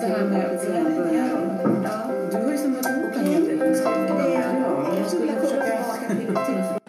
Du har ju samlat ihop en hel del. Jag skulle försöka...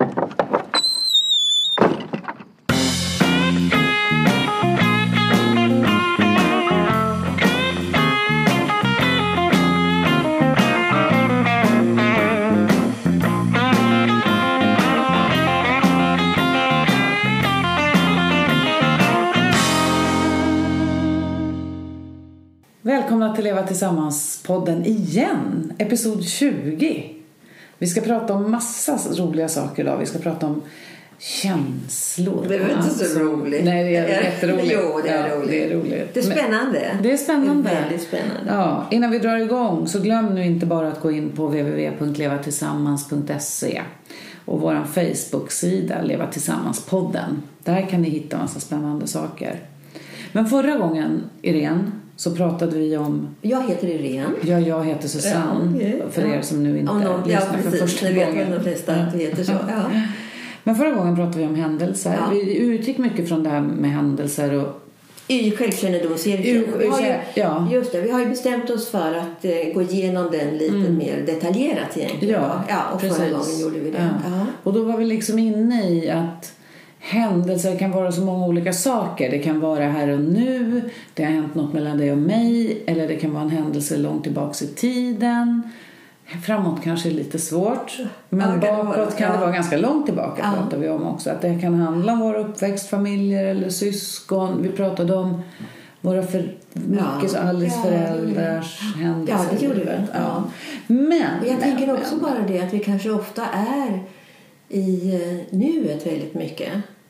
Välkomna till Leva Tillsammans-podden igen, episod 20. Vi ska prata om massa roliga saker idag. Vi ska prata om känslor. Det är inte så roligt. Nej, det är jätteroligt. Jo, det är roligt. Det är roligt. Det är spännande. Det är spännande. Det är väldigt spännande. Ja, innan vi drar igång så glöm nu inte bara att gå in på www.levatillsammans.se och vår Facebook-sida Leva Tillsammans-podden. Där kan ni hitta massa spännande saker. Men förra gången, Irene, så pratade vi om... Jag heter Irene. Ja, jag heter Susanne. Ja, för er som nu inte lyssnar för första gången. Vet de flesta att vi heter så. Ja. Men förra gången pratade vi om händelser. Ja. Vi utgick mycket från det här med händelser och... I självkännedomscirkeln. Just det, vi har ju bestämt oss för att gå igenom den lite mer detaljerat egentligen. Ja, och precis. förra gången gjorde vi det. Ja. Och då var vi liksom inne i att händelser kan vara så många olika saker. Det kan vara här och nu. Det har hänt något mellan dig och mig. Eller det kan vara en händelse långt tillbaka i tiden. Framåt kanske är lite svårt. Men bakåt kan det vara ganska långt tillbaka. Pratar vi om också. Att det kan handla om våra uppväxtfamiljer eller syskon. Vi pratade om våra Alice föräldrars händelser. Ja, det gjorde vi. Ja. Men jag tänker också bara det att vi kanske ofta är i nuet väldigt mycket.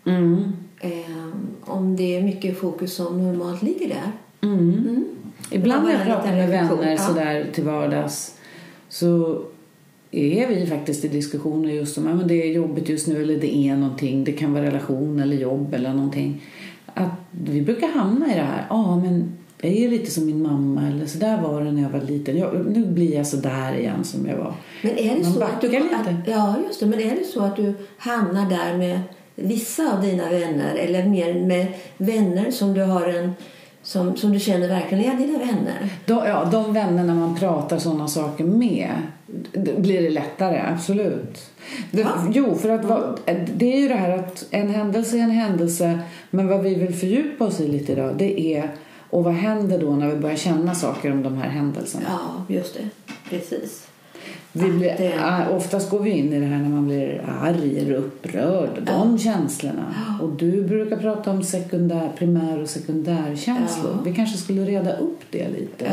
Om det är mycket fokus som normalt ligger där. Ibland när jag pratar med vänner sådär till vardags så är vi faktiskt i diskussioner just om att det är jobbigt just nu eller det är någonting. Det kan vara relation eller jobb eller någonting. Att vi brukar hamna i det här. Men jag är lite som min mamma eller så där var det när jag var liten. Nu blir jag så där igen som jag var. Men är det så att du men är det så att du hamnar där med vissa av dina vänner eller mer med vänner som du har som du känner verkligen är dina vänner? De vännerna man pratar sådana saker med blir det lättare, absolut. För att det är ju det här att en händelse är en händelse, men vad vi vill fördjupa oss i lite idag, det är och vad händer då när vi börjar känna saker om de här händelserna? Ja, just det. Precis. Oftast går vi in i det här när man blir arg eller upprörd. De känslorna. Och du brukar prata om primär- och sekundärkänslor. Vi kanske skulle reda upp det lite.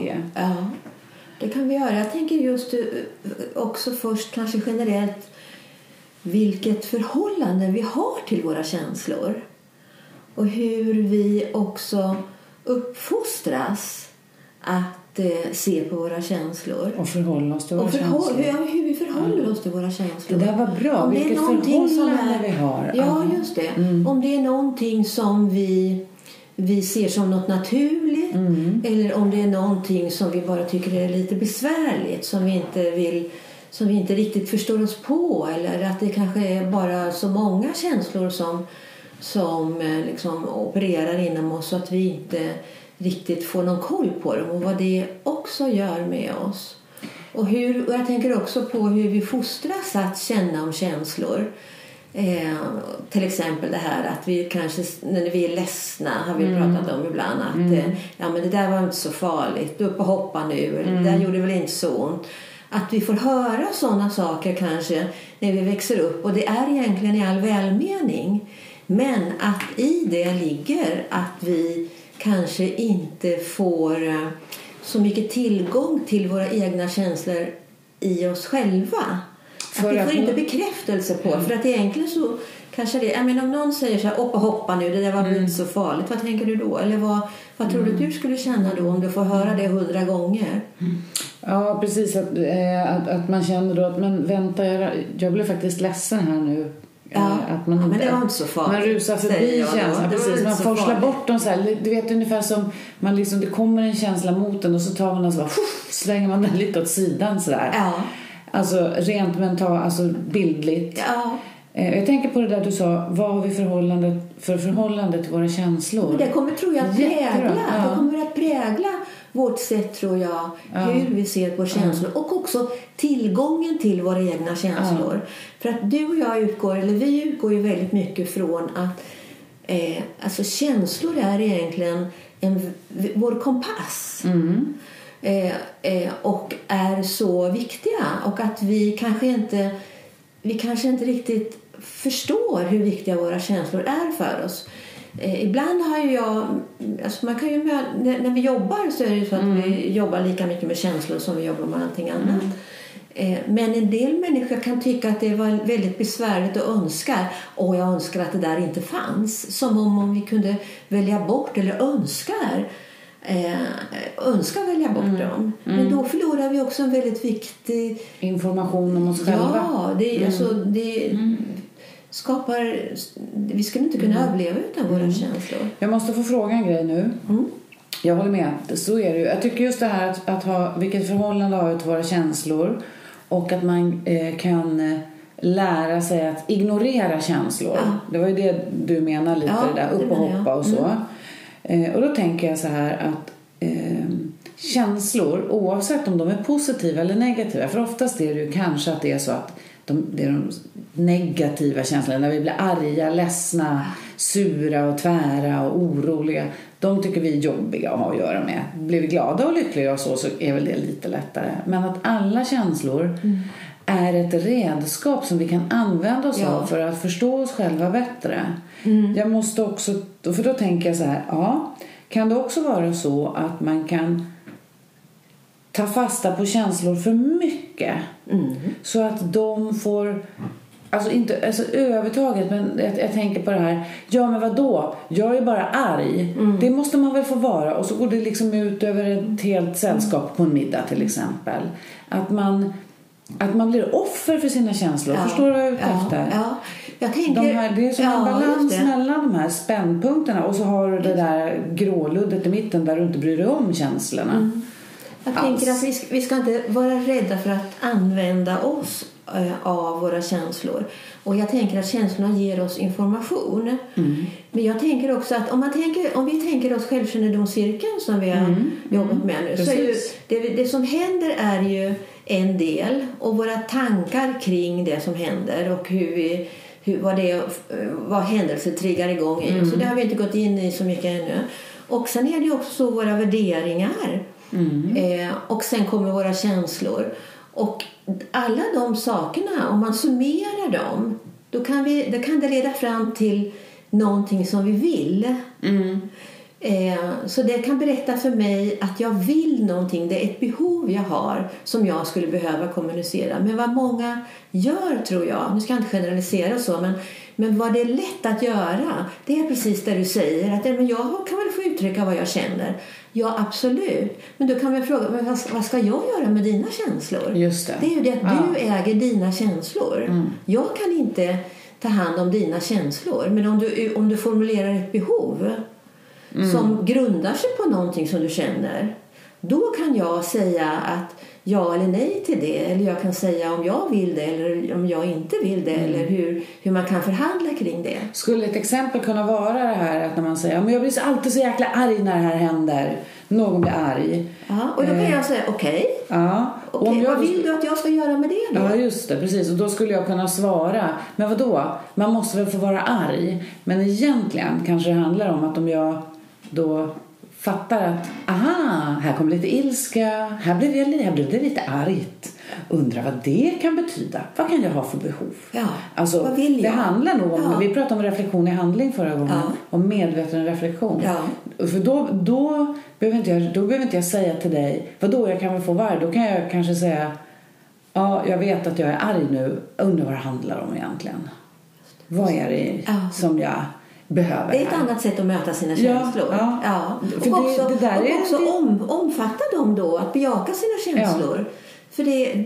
Det kan vi göra. Jag tänker just också först kanske generellt vilket förhållande vi har till våra känslor. Och hur vi också uppfostras att se på våra känslor. Och förhålla oss till våra känslor. Hur vi förhåller oss till våra känslor. Det där var bra. Om vilket förhållande vi har. Ja, just det. Om det är någonting som vi ser som något naturligt. Eller om det är någonting som vi bara tycker är lite besvärligt. Som vi inte riktigt förstår oss på. Eller att det kanske är bara så många känslor som liksom opererar inom oss så att vi inte riktigt får någon koll på dem och vad det också gör med oss. Och jag tänker också på hur vi fostras att känna om känslor. Till exempel det här att vi kanske när vi är ledsna har vi pratat om ibland att men det där var inte så farligt, upp och hoppa nu, det där gjorde väl inte så ont. Att vi får höra sådana saker kanske när vi växer upp, och det är egentligen i all välmening, men att i det ligger att vi kanske inte får så mycket tillgång till våra egna känslor i oss själva. Att vi får inte bekräftelse på. För att egentligen så kanske det... Jag menar, om någon säger så här, upp och hoppa nu, det där var inte så farligt. Vad tänker du då? Eller vad tror du skulle känna då om du får höra det 100 gånger? Ja, precis. Att man känner då att, men vänta, jag blev faktiskt ledsen här nu. Att man men det var inte så farligt. Man rusar förbi känslan, precis. Man forslar bort dem så här. Du vet, ungefär som man liksom, det kommer en känsla mot den och så tar man den så bara, slänger man den lite åt sidan så där. Alltså rent mentalt, alltså bildligt. Jag tänker på det där du sa, vad har vi förhållande till våra känslor? Men det kommer, tror jag, att prägla. Det kommer att prägla vårt sätt, tror jag, hur vi ser på känslor och också tillgången till våra egna känslor. För att du och jag vi utgår ju väldigt mycket från att alltså känslor är egentligen vår kompass. Och är så viktiga, och att vi kanske inte riktigt förstår hur viktiga våra känslor är för oss. Ibland har ju man kan ju när vi jobbar så är det ju så att vi jobbar lika mycket med känslor som vi jobbar med allting annat. Men en del människor kan tycka att det var väldigt besvärligt och jag önskar att det där inte fanns. Som om vi kunde välja bort, eller önska välja bort dem. Men då förlorar vi också en väldigt viktig information om oss själva. Ja, det skapar... Vi skulle inte kunna överleva utan våra känslor. Jag måste få fråga en grej nu. Jag håller med. Så är det ju. Jag tycker just det här att ha vilket förhållande har till våra känslor, och att man kan lära sig att ignorera känslor. Det var ju det du menar lite, det där upp och hoppa och så. Och då tänker jag så här att känslor, oavsett om de är positiva eller negativa, för oftast är det ju kanske att det är så att det är de negativa känslorna, när vi blir arga, ledsna, sura och tvära och oroliga, de tycker vi är jobbiga att ha att göra med. Blir vi glada och lyckliga och så är väl det lite lättare. Men att alla känslor är ett redskap som vi kan använda oss av för att förstå oss själva bättre. Jag måste också, för då tänker jag så här, kan det också vara så att man kan ta fasta på känslor för mycket, så att de får inte övertaget, men jag tänker på det här, men vadå, jag är bara arg, det måste man väl få vara, och så går det liksom ut över ett helt sällskap på en middag till exempel, att man blir offer för sina känslor. Förstår du vad jag är ute efter? Jag tänker, det är som en balans mellan de här spännpunkterna, och så har du det där gråluddet i mitten där du inte bryr dig om känslorna. Jag tänker att vi ska inte vara rädda för att använda oss av våra känslor. Och jag tänker att känslorna ger oss information. Men jag tänker också att om vi tänker oss självkännedomscirkeln som vi har jobbat med nu, så är ju det som händer är ju en del, och våra tankar kring det som händer och vad händelser triggar igång i. Så det har vi inte gått in i så mycket ännu. Och sen är det ju också så våra värderingar. Och sen kommer våra känslor. Och alla de sakerna, om man summerar dem, då kan det leda fram till någonting som vi vill. Så det kan berätta för mig att jag vill någonting. Det är ett behov jag har som jag skulle behöva kommunicera. Men vad många gör, tror jag, nu ska jag inte generalisera så, men vad det är lätt att göra, det är precis det du säger, att men jag kan väl få uttrycka vad jag känner. Ja, absolut. Men då kan man fråga, men vad ska jag göra med dina känslor? Just det. Det är ju det att du äger dina känslor. Jag kan inte ta hand om dina känslor. Men om du formulerar ett behov som grundar sig på någonting som du känner, då kan jag säga att ja eller nej till det, eller jag kan säga om jag vill det eller om jag inte vill det, eller hur man kan förhandla kring det. Skulle ett exempel kunna vara det här att när man säger men jag blir alltid så jäkla arg när det här händer, någon blir arg. Och då kan jag säga okej. Vad vill du att jag ska göra med det då? Ja, just det, precis. Och då skulle jag kunna svara, men vadå? Man måste väl få vara arg. Men egentligen kanske det handlar om att om jag då fattar att här kommer lite ilska, här blev det lite argt, undrar vad det kan betyda, vad kan jag ha för behov, alltså, vad vill jag? Det handlar nog om, vi pratade om reflektion i handling förra gången, om medveten reflektion, för då behöver inte jag säga till dig, vadå, jag kan väl få vara, då kan jag kanske säga jag vet att jag är arg nu, undrar vad det handlar om egentligen, vad är det som jag behöver. Det är ett annat sätt att möta sina känslor. För och omfatta dem då, att bejaka sina känslor. För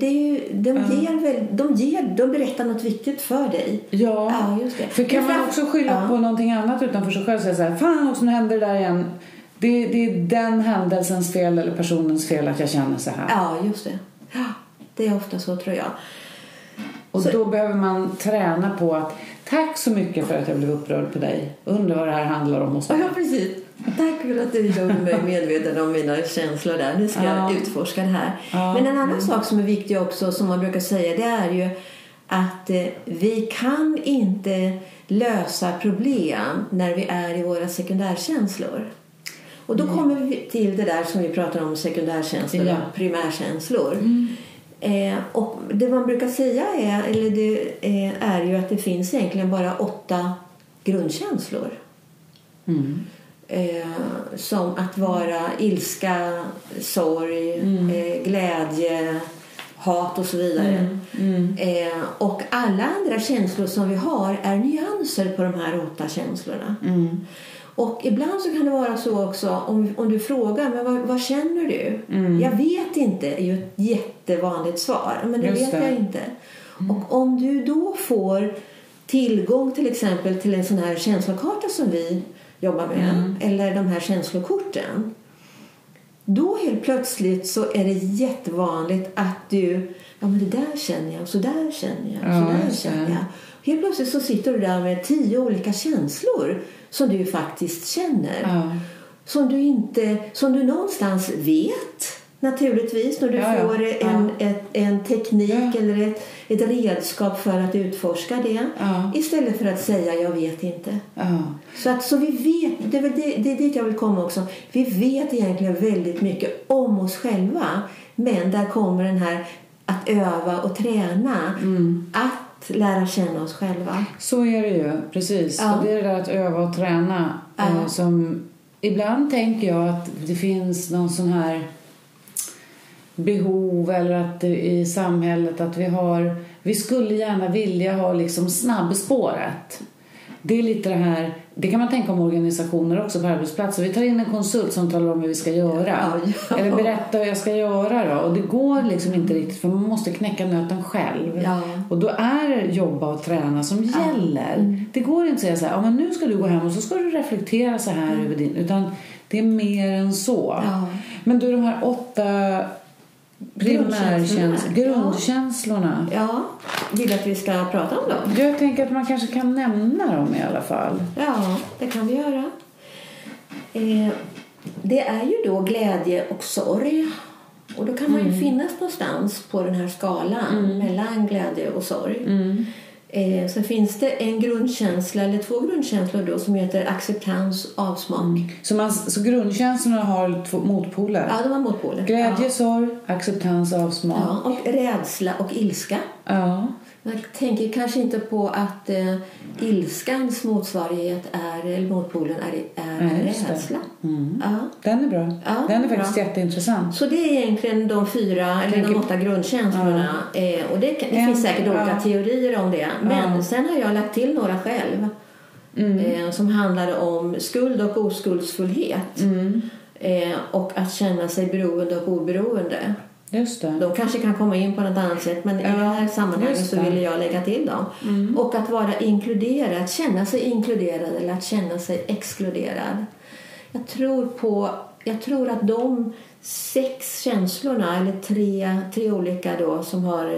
de berättar något viktigt för dig. Just det. För kan man också skylla på någonting annat utanför sig själv och säga så här, fan också, nu händer det där igen. Det är den händelsens fel eller personens fel att jag känner så här. Ja, just det. Det är ofta så, tror jag. Och då behöver man träna på att tack så mycket för att jag blev upprörd på dig. Undrar vad det här handlar om. Ja, precis. Tack för att du gjorde mig medveten om mina känslor där. Nu ska jag utforska det här. Men en annan sak som är viktig också, som man brukar säga, det är ju att vi kan inte lösa problem när vi är i våra sekundärkänslor. Och då kommer vi till det där som vi pratar om, sekundärkänslor och primärkänslor. Och det man brukar säga är ju att det finns egentligen bara 8 grundkänslor. Som att vara ilska, sorg, glädje, hat och så vidare. Och alla andra känslor som vi har är nyanser på de här 8 känslorna. Och ibland så kan det vara så också, om du frågar, men vad känner du? Jag vet inte, är ju ett jättevanligt svar. Men det vet jag inte. Och om du då får tillgång till exempel till en sån här känslokarta som vi jobbar med, eller de här känslokorten, då helt plötsligt så är det jättevanligt att du, men det där känner jag, så där känner jag, så där känner jag. Helt plötsligt så sitter du där med 10 olika känslor som du faktiskt känner. Som du någonstans vet, naturligtvis, när du får en teknik eller ett redskap för att utforska det, istället för att säga jag vet inte. Så vi vet, det är dit jag vill komma också. Vi vet egentligen väldigt mycket om oss själva, men där kommer den här att öva och träna, att lära känna oss själva. Så är det ju, precis. Och det är det där att öva och träna som ibland tänker jag att det finns någon sån här behov, eller att i samhället att vi skulle gärna vilja ha liksom snabbspåret. Det är lite det här, det kan man tänka om organisationer också på arbetsplatser. Vi tar in en konsult som talar om hur vi ska göra. Eller berätta hur jag ska göra då. Och det går liksom inte riktigt, för man måste knäcka nöten själv. Och då är det jobba och träna som gäller. Det går inte att säga så här, men nu ska du gå hem och så ska du reflektera så här över din. Utan det är mer än så. Men du, de här 8 grundkänslorna. Vill att vi ska prata om dem? Jag tänker att man kanske kan nämna dem i alla fall. Ja, det kan vi göra. Det är ju då glädje och sorg. Och då kan man ju finnas någonstans på den här skalan mellan glädje och sorg. Så finns det en grundkänsla eller 2 grundkänslor då som heter acceptans och avsmak. Så grundkänslorna har 2 motpoler? Ja, de har motpoler. Glädje, sorg, acceptans och avsmak. Ja, och rädsla och ilska. Jag tänker kanske inte på att ilskans motsvarighet eller motpolen är rädsla. Den är bra. Den är faktiskt jätteintressant. Så det är egentligen de 4 eller de 8 grundkänslorna. Och det finns säkert olika teorier om det. Men sen har jag lagt till några själv. Som handlar om skuld och oskuldsfullhet. Och att känna sig beroende och oberoende. Just det. De kanske kan komma in på något annat sätt, men i det här sammanhanget så vill jag lägga till dem. Och att vara inkluderad, att känna sig inkluderad eller att känna sig exkluderad. Jag tror att de 6 känslorna, eller 3 olika då som har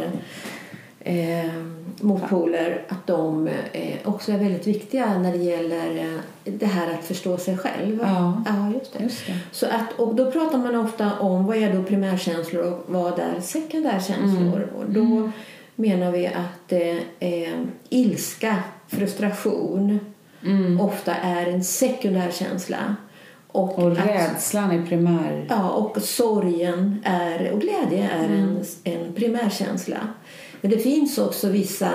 motpoler, att de också är väldigt viktiga när det gäller det här att förstå sig själv. Just det. Så och då pratar man ofta om vad är då primärkänslor och vad är sekundärkänslor. Och då menar vi att ilska, frustration ofta är en sekundärkänsla. Och rädslan är primär. Och sorgen och glädje är en primärkänsla. Men det finns också vissa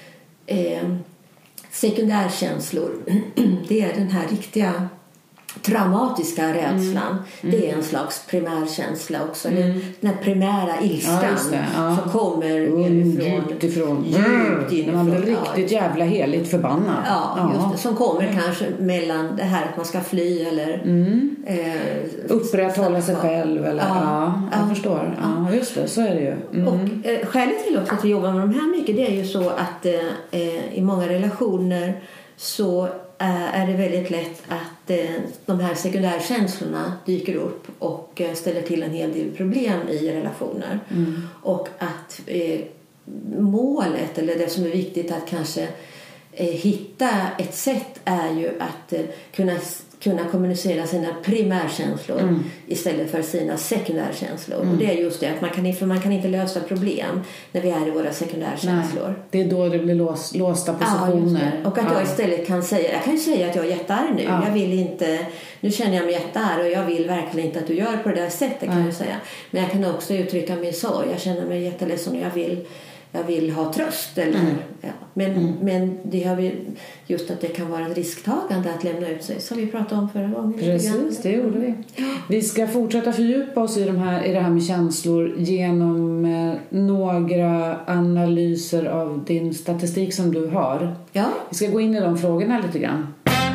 sekundärkänslor. Det är den här riktiga traumatiska rädslan. Det är en slags primärkänsla också. Den här primära ilskan som kommer djupt inifrån. Man blir riktigt jävla heligt förbannad. Just det. Som kommer kanske mellan det här att man ska fly eller upprätthålla sig själv. Eller, jag förstår. Just det, så är det ju. Och skälet till också att vi jobbar med de här mycket, det är ju så att i många relationer så är det väldigt lätt att de här sekundärkänslorna dyker upp och ställer till en hel del problem i relationer. Och att målet, eller det som är viktigt att kanske hitta ett sätt, är ju att kunna kunna kommunicera sina primärkänslor istället för sina sekundärkänslor. Och det är just det att man kan inte lösa problem när vi är i våra sekundärkänslor. Nej, det är då det blir låsta positioner. Och att jag istället kan säga att jag är jättearg nu. Jag vill inte, nu känner jag mig jättearg och jag vill verkligen inte att du gör på det där sättet, kan jag säga. Men jag kan också uttrycka min sorg. Jag känner mig jätteledsen och jag vill ha tröst. Eller, Men det har vi, just att det kan vara ett risktagande att lämna ut sig, som vi pratade om förra gången. Precis, det gjorde vi. Vi ska fortsätta fördjupa oss i det här med känslor genom några analyser av din statistik som du har. Ja. Vi ska gå in i de frågorna lite grann.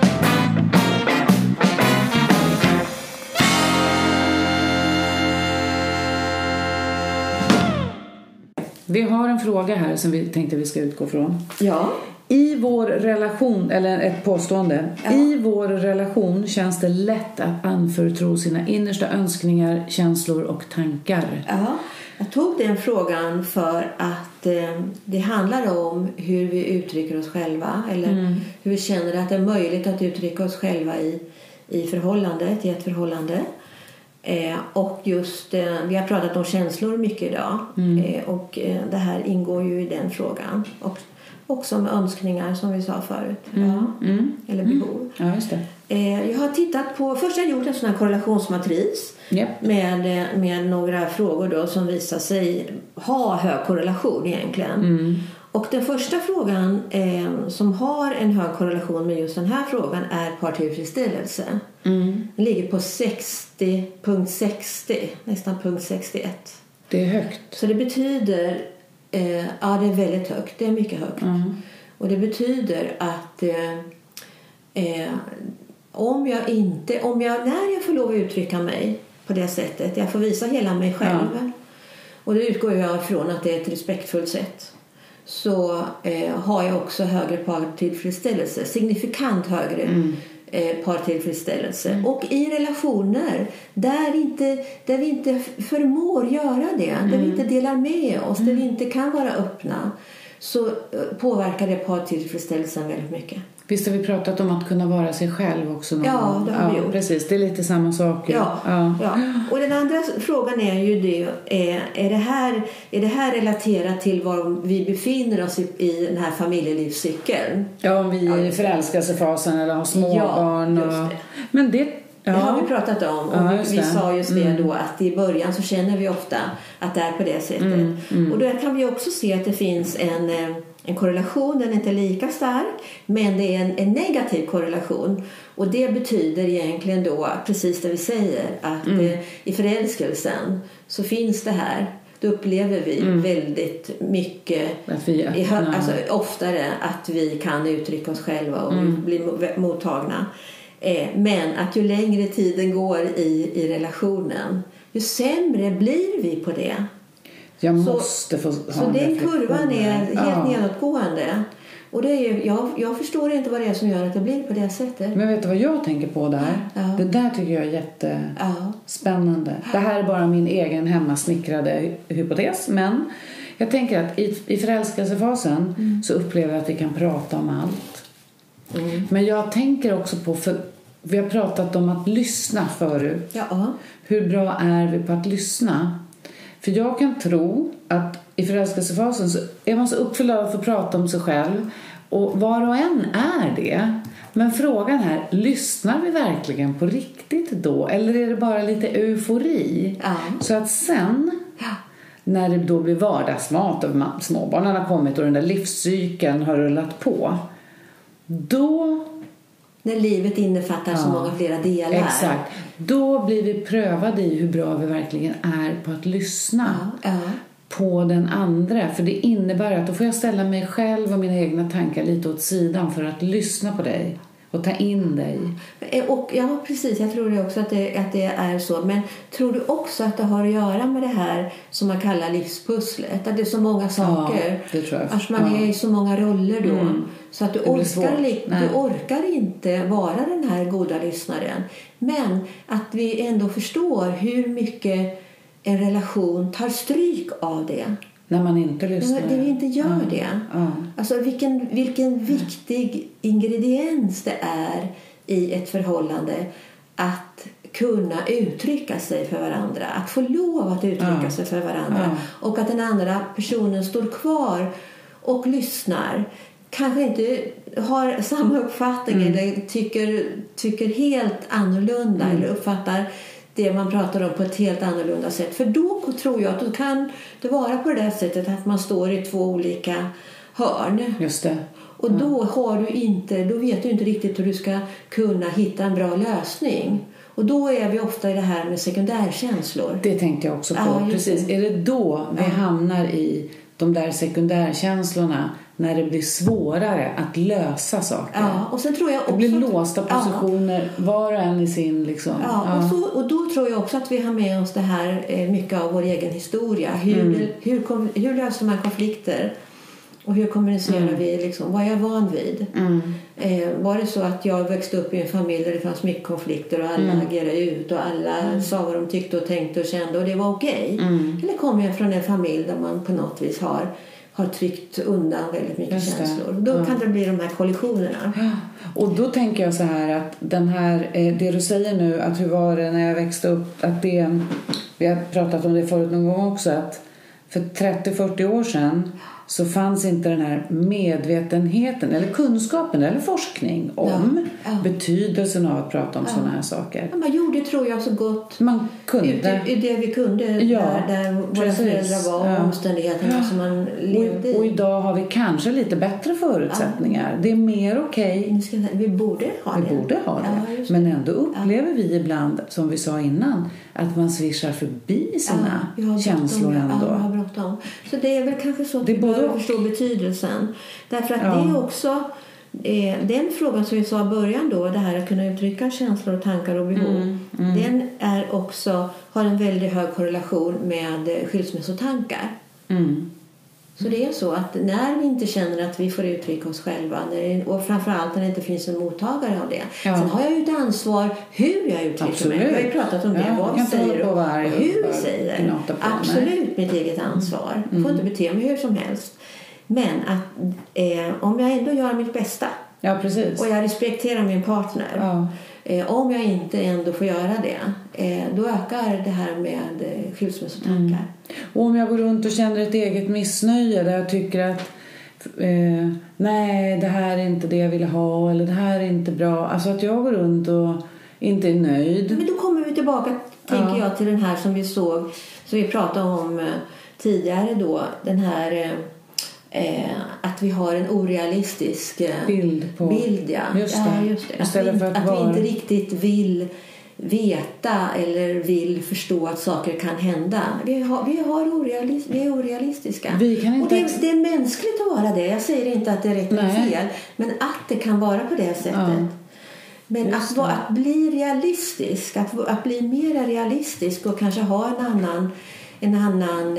Vi har en fråga här som vi tänkte vi ska utgå från. Ja. I vår relation, eller ett påstående. Ja. I vår relation känns det lätt att anförtro sina innersta önskningar, känslor och tankar. Ja, jag tog den frågan för att det handlar om hur vi uttrycker oss själva. Eller hur vi känner att det är möjligt att uttrycka oss själva i förhållandet, i ett förhållande. Och just vi har pratat om känslor mycket idag och det här ingår ju i den frågan och också med önskningar som vi sa förut eller behov. Ja, just det. Jag har tittat på, först har jag gjort en sån här korrelationsmatris med några frågor då som visar sig ha hög korrelation egentligen. Och den första frågan som har en hög korrelation med just den här frågan är partillfredsställelse. Den ligger på 60.60, nästan punkt 61. Det är högt. Så det betyder, ja det är väldigt högt, det är mycket högt. Och det betyder att när jag får lov att uttrycka mig på det sättet, jag får visa hela mig själv. Och det utgår jag ifrån att det är ett respektfullt sätt. Så har jag också högre partillfredsställelse, signifikant högre partillfredsställelse. Och i relationer där vi inte förmår göra det, där vi inte delar med oss, där vi inte kan vara öppna, så påverkar det partillfredsställelsen väldigt mycket. Visst har vi pratat om att kunna vara sig själv också någon gång? Det har vi gjort. Precis, det är lite samma sak. Ja. Och den andra frågan är ju det, är det här relaterat till var vi befinner oss i den här familjelivscykeln? Ja, om vi är i förälskelsefasen eller har småbarn. Men det har vi pratat om. Och vi sa just det då, att i början så känner vi ofta att det är på det sättet. Och då kan vi också se att det finns en korrelation, den är inte lika stark, men det är en negativ korrelation. Och det betyder egentligen då precis det vi säger, att i förälskelsen så finns det här. Då upplever vi väldigt mycket, att vi alltså oftare att vi kan uttrycka oss själva och bli mottagna. Men att ju längre tiden går i relationen, ju sämre blir vi på det. Jag måste få ha så den kurvan är helt nedåtgående. Och det är jag förstår inte vad det är som gör att det blir på det sättet. Men vet du vad jag tänker på där? Det där tycker jag är jättespännande. Det här är bara min egen hemmasnickrade hypotes. Men jag tänker att i förälskelsefasen så upplever jag att vi kan prata om allt. Men jag tänker också på, för vi har pratat om att lyssna förut. Hur bra är vi på att lyssna? För jag kan tro att i förälskelsefasen så är man så uppfylld av att få prata om sig själv. Och var och en är det. Men frågan här, lyssnar vi verkligen på riktigt då? Eller är det bara lite eufori? Så att sen, när det då blir vardagsmat och småbarnen har kommit och den där livscykeln har rullat på, då... När livet innefattar så många flera delar. Exakt. Då blir vi prövade i hur bra vi verkligen är på att lyssna på den andra. För det innebär att då får jag ställa mig själv och mina egna tankar lite åt sidan för att lyssna på dig och ta in dig. Och precis, jag tror det också att det är så. Men tror du också att det har att göra med det här som man kallar livspusslet? Att det är så många saker. Det tror jag. Att man är i så många roller då. Så att du orkar inte vara den här goda lyssnaren. Men att vi ändå förstår hur mycket en relation tar stryk av det. När man inte lyssnar. När vi inte gör det. Alltså vilken viktig ingrediens det är i ett förhållande att kunna uttrycka sig för varandra. Att få lov att uttrycka sig för varandra. Och att den andra personen står kvar och lyssnar. Kanske inte har samma uppfattning eller tycker helt annorlunda eller uppfattar det man pratar om på ett helt annorlunda sätt. För då tror jag att då kan det vara på det sättet att man står i 2 olika hörn. Just det. Och då vet du inte riktigt hur du ska kunna hitta en bra lösning. Och då är vi ofta i det här med sekundärkänslor. Det tänkte jag också på. Precis. Är det då vi hamnar i de där sekundärkänslorna när det blir svårare att lösa saker? Ja, och sen tror jag också det blir låsta positioner, var och en i sin liksom. Och då tror jag också att vi har med oss det här mycket av vår egen historia. Hur löser man konflikter? Och hur kommunicerar vi liksom, vad är jag van vid? Var det så att jag växte upp i en familj där det fanns mycket konflikter och alla agerade ut och alla sa vad de tyckte och tänkte och kände och det var okej? Eller kommer jag från en familj där man på något vis har tryckt undan väldigt mycket känslor? Då kan det bli de här kollisionerna. Och då tänker jag så här att det du säger nu, att hur var det när jag växte upp, att vi har pratat om det förut någon gång också, att för 30-40 år sedan så fanns inte den här medvetenheten eller kunskapen eller forskning om betydelsen av att prata om sådana här saker. Ja, man gjorde, tror jag, så gott man kunde. I det vi kunde där våra föräldrar var och omständigheterna som man levde i. Och idag har vi kanske lite bättre förutsättningar. Det är mer okej. Vi borde ha det. Men ändå upplever vi ibland, som vi sa innan, att man svischar förbi sina känslor ändå. Ja, vi har bråttom. Så det är väl kanske så att vi bör förstå betydelsen. Därför att det är också den frågan som vi sa i början då, det här att kunna uttrycka känslor och tankar och behov. Den har en väldigt hög korrelation med skilsmässotankar. Så det är så att när vi inte känner att vi får uttrycka oss själva, och framförallt när det inte finns en mottagare av det. Sen har jag ju ett ansvar hur jag uttrycker mig. Vi har ju pratat om det, vad vi säger och hur vi säger. Absolut mitt eget ansvar. Jag får inte bete mig hur som helst. Men att om jag ändå gör mitt bästa och jag respekterar min partner, om jag inte ändå får göra det, då ökar det här med skilsmässotankar. Och om jag går runt och känner ett eget missnöje där jag tycker att nej, det här är inte det jag vill ha, eller det här är inte bra, alltså att jag går runt och inte är nöjd. Men då kommer vi tillbaka, tänker jag, till den här som vi pratade om tidigare då, den här att vi har en orealistisk bild. Just det. Att vi inte riktigt vill veta eller vill förstå att saker kan hända. Vi är orealistiska. Vi kan inte och det är mänskligt att vara det. Jag säger inte att det är rätt eller fel, men att det kan vara på det sättet. Men att bli realistisk, att bli mer realistisk och kanske ha en annan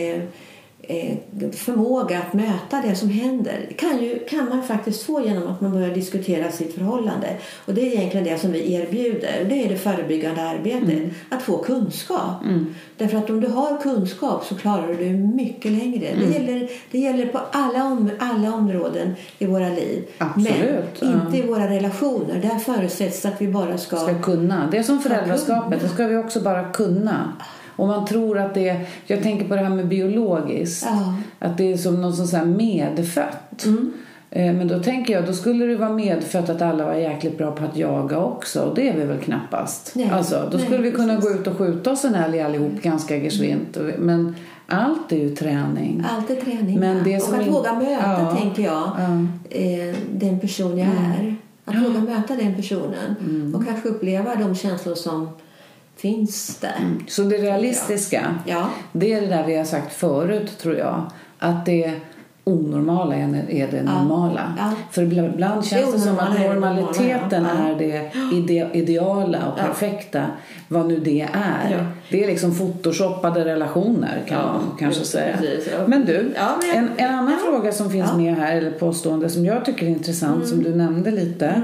förmåga att möta det som händer kan man faktiskt få genom att man börjar diskutera sitt förhållande. Och det är egentligen det som vi erbjuder. Det är det förebyggande arbetet. Att få kunskap. Därför att om du har kunskap så klarar du mycket längre. Det gäller på alla områden i våra liv. Absolut. Men inte i våra relationer. Där förutsätts att vi bara ska kunna. Det är som föräldraskapet. Det ska vi också bara kunna. Och man tror att jag tänker på det här med biologiskt, att det är som något sånt här medfött. Men då tänker jag, då skulle det vara medfött att alla var jäkligt bra på att jaga också, och det är vi väl knappast. Då skulle vi kunna gå ut och skjuta oss en älg allihop ganska gesvint. Men allt är ju träning. Allt är träning. Men det och att våga möta, tänker jag, den person jag är. Att våga möta den personen och kanske uppleva de känslor som finns där. Så det realistiska, det är det där vi har sagt förut, tror jag. Att det onormala är det normala. För ibland känns det som att normaliteten är det ideala och perfekta, vad nu det är. Det är liksom photoshoppade relationer, kan man kanske säga. Precis, Men du, en annan fråga som finns med här, eller påstående som jag tycker är intressant, som du nämnde lite.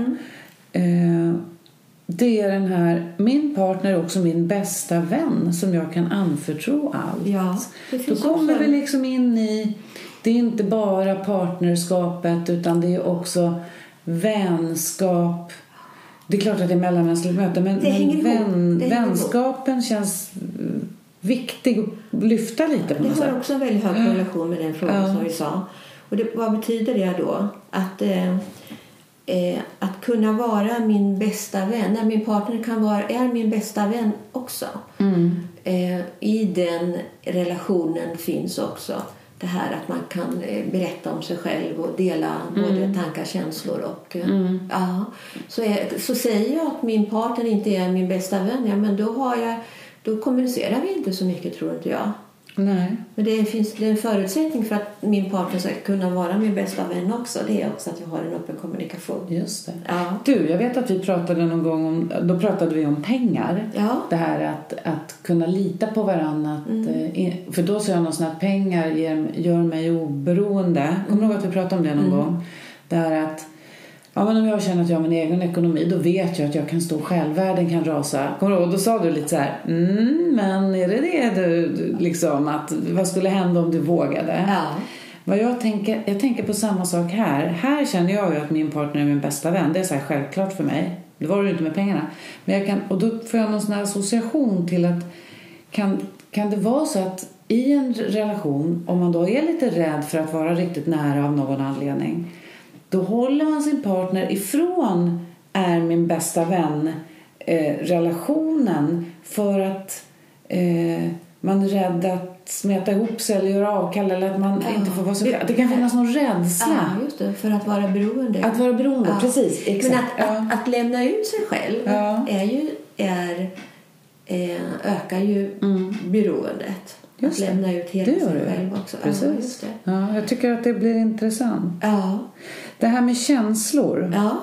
Det är den här, min partner är också min bästa vän som jag kan anförtro allt. Då kommer vi liksom in i, det är inte bara partnerskapet utan det är också vänskap, Det är klart att det är mellanmänskligt möte, men vänskapen känns viktig att lyfta lite på något sätt. Det har också en väldigt hög relation med den frågan som vi sa. Och vad betyder det då? Att kunna vara min bästa vän, när min partner är min bästa vän också. I den relationen finns också det här att man kan berätta om sig själv och dela både tankar, känslor och så säger jag att min partner inte är min bästa vän, men då kommunicerar vi inte så mycket, tror inte jag. Nej. Men det är en förutsättning för att min partner ska kunna vara min bästa vän också. Det är också att jag har en öppen kommunikation. Just det. Ja. Du, jag vet att vi pratade någon gång då pratade vi om pengar. Ja. Det här att kunna lita på varandra. För då sa jag någon sån att pengar gör mig oberoende. Kommer du ihåg att vi pratade om det någon gång? Det här att men om jag känner att jag har min egen ekonomi, då vet jag att jag kan stå själv. Världen kan rasa. Kommer du ihåg? Då sa du lite så här, men är det du liksom, att vad skulle hända om du vågade? Ja. Vad jag tänker på samma sak här. Här känner jag ju att min partner är min bästa vän. Det är så här självklart för mig. Det var det inte med pengarna. Men och då får jag någon sån här association till att kan det vara så att i en relation, om man då är lite rädd för att vara riktigt nära av någon anledning, då håller man sin partner ifrån är min bästa vän relationen för att man är rädd att smeta ihop sig eller göra avkall, eller att man inte får vara så det kan finnas någon rädsla. Ja, just det, för att vara beroende. Att vara beroende, precis. Exakt. Men att lämna ut sig själv ökar ju beroendet. Just att lämna ut hela sig själv också. Precis. Ja, just det. Ja, jag tycker att det blir intressant. Ja. Det här med känslor. Ja.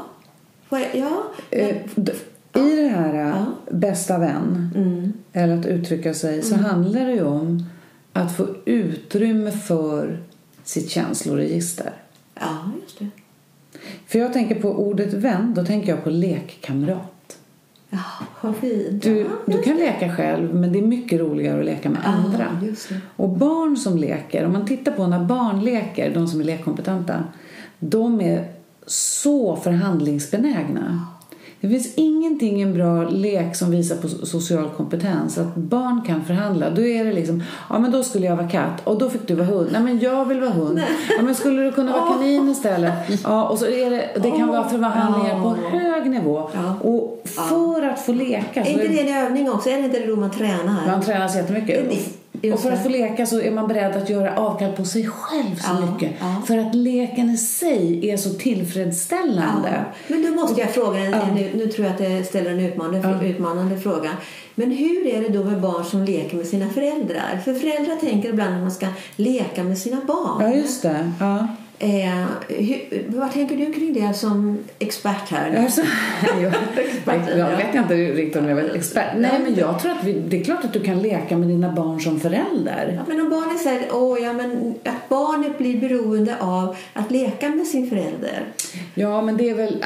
I det här bästa vän eller att uttrycka sig så handlar det ju om att få utrymme för sitt känsloregister. Ja, just det. För jag tänker på ordet vän, då tänker jag på lekkamrat. Ja, vad fint. Du kan leka själv, men det är mycket roligare att leka med andra. Just det. Och barn som leker, om man tittar på när barn leker, de som är lekkompetenta, de är så förhandlingsbenägna. Det finns ingenting i en bra lek som visar på social kompetens. Att barn kan förhandla. Då är det liksom, men då skulle jag vara katt. Och då fick du vara hund. Nej, men jag vill vara hund. Ja, men skulle du kunna vara kanin istället? Ja, och så är det kan vara förhandlingar på hög nivå. Ja. Och för att få leka. Är inte det en övning också? Är det inte det då man tränar? Man tränar så jättemycket. Och för att få leka så är man beredd att göra avkall på sig själv så mycket. Ja. För att leken i sig är så tillfredsställande. Ja. Men då måste jag fråga, nu tror jag att jag ställer en utmanande fråga. Men hur är det då med barn som leker med sina föräldrar? För föräldrar tänker ibland att man ska leka med sina barn. Ja, just det. Ja. Vad tänker du kring det som expert här? Alltså, jag vet inte riktigt om jag är expert. Nej, men jag tror att det är klart att du kan leka med dina barn som förälder. Ja, men om barnet säger men att barnet blir beroende av att leka med sin förälder. Ja, men det är väl...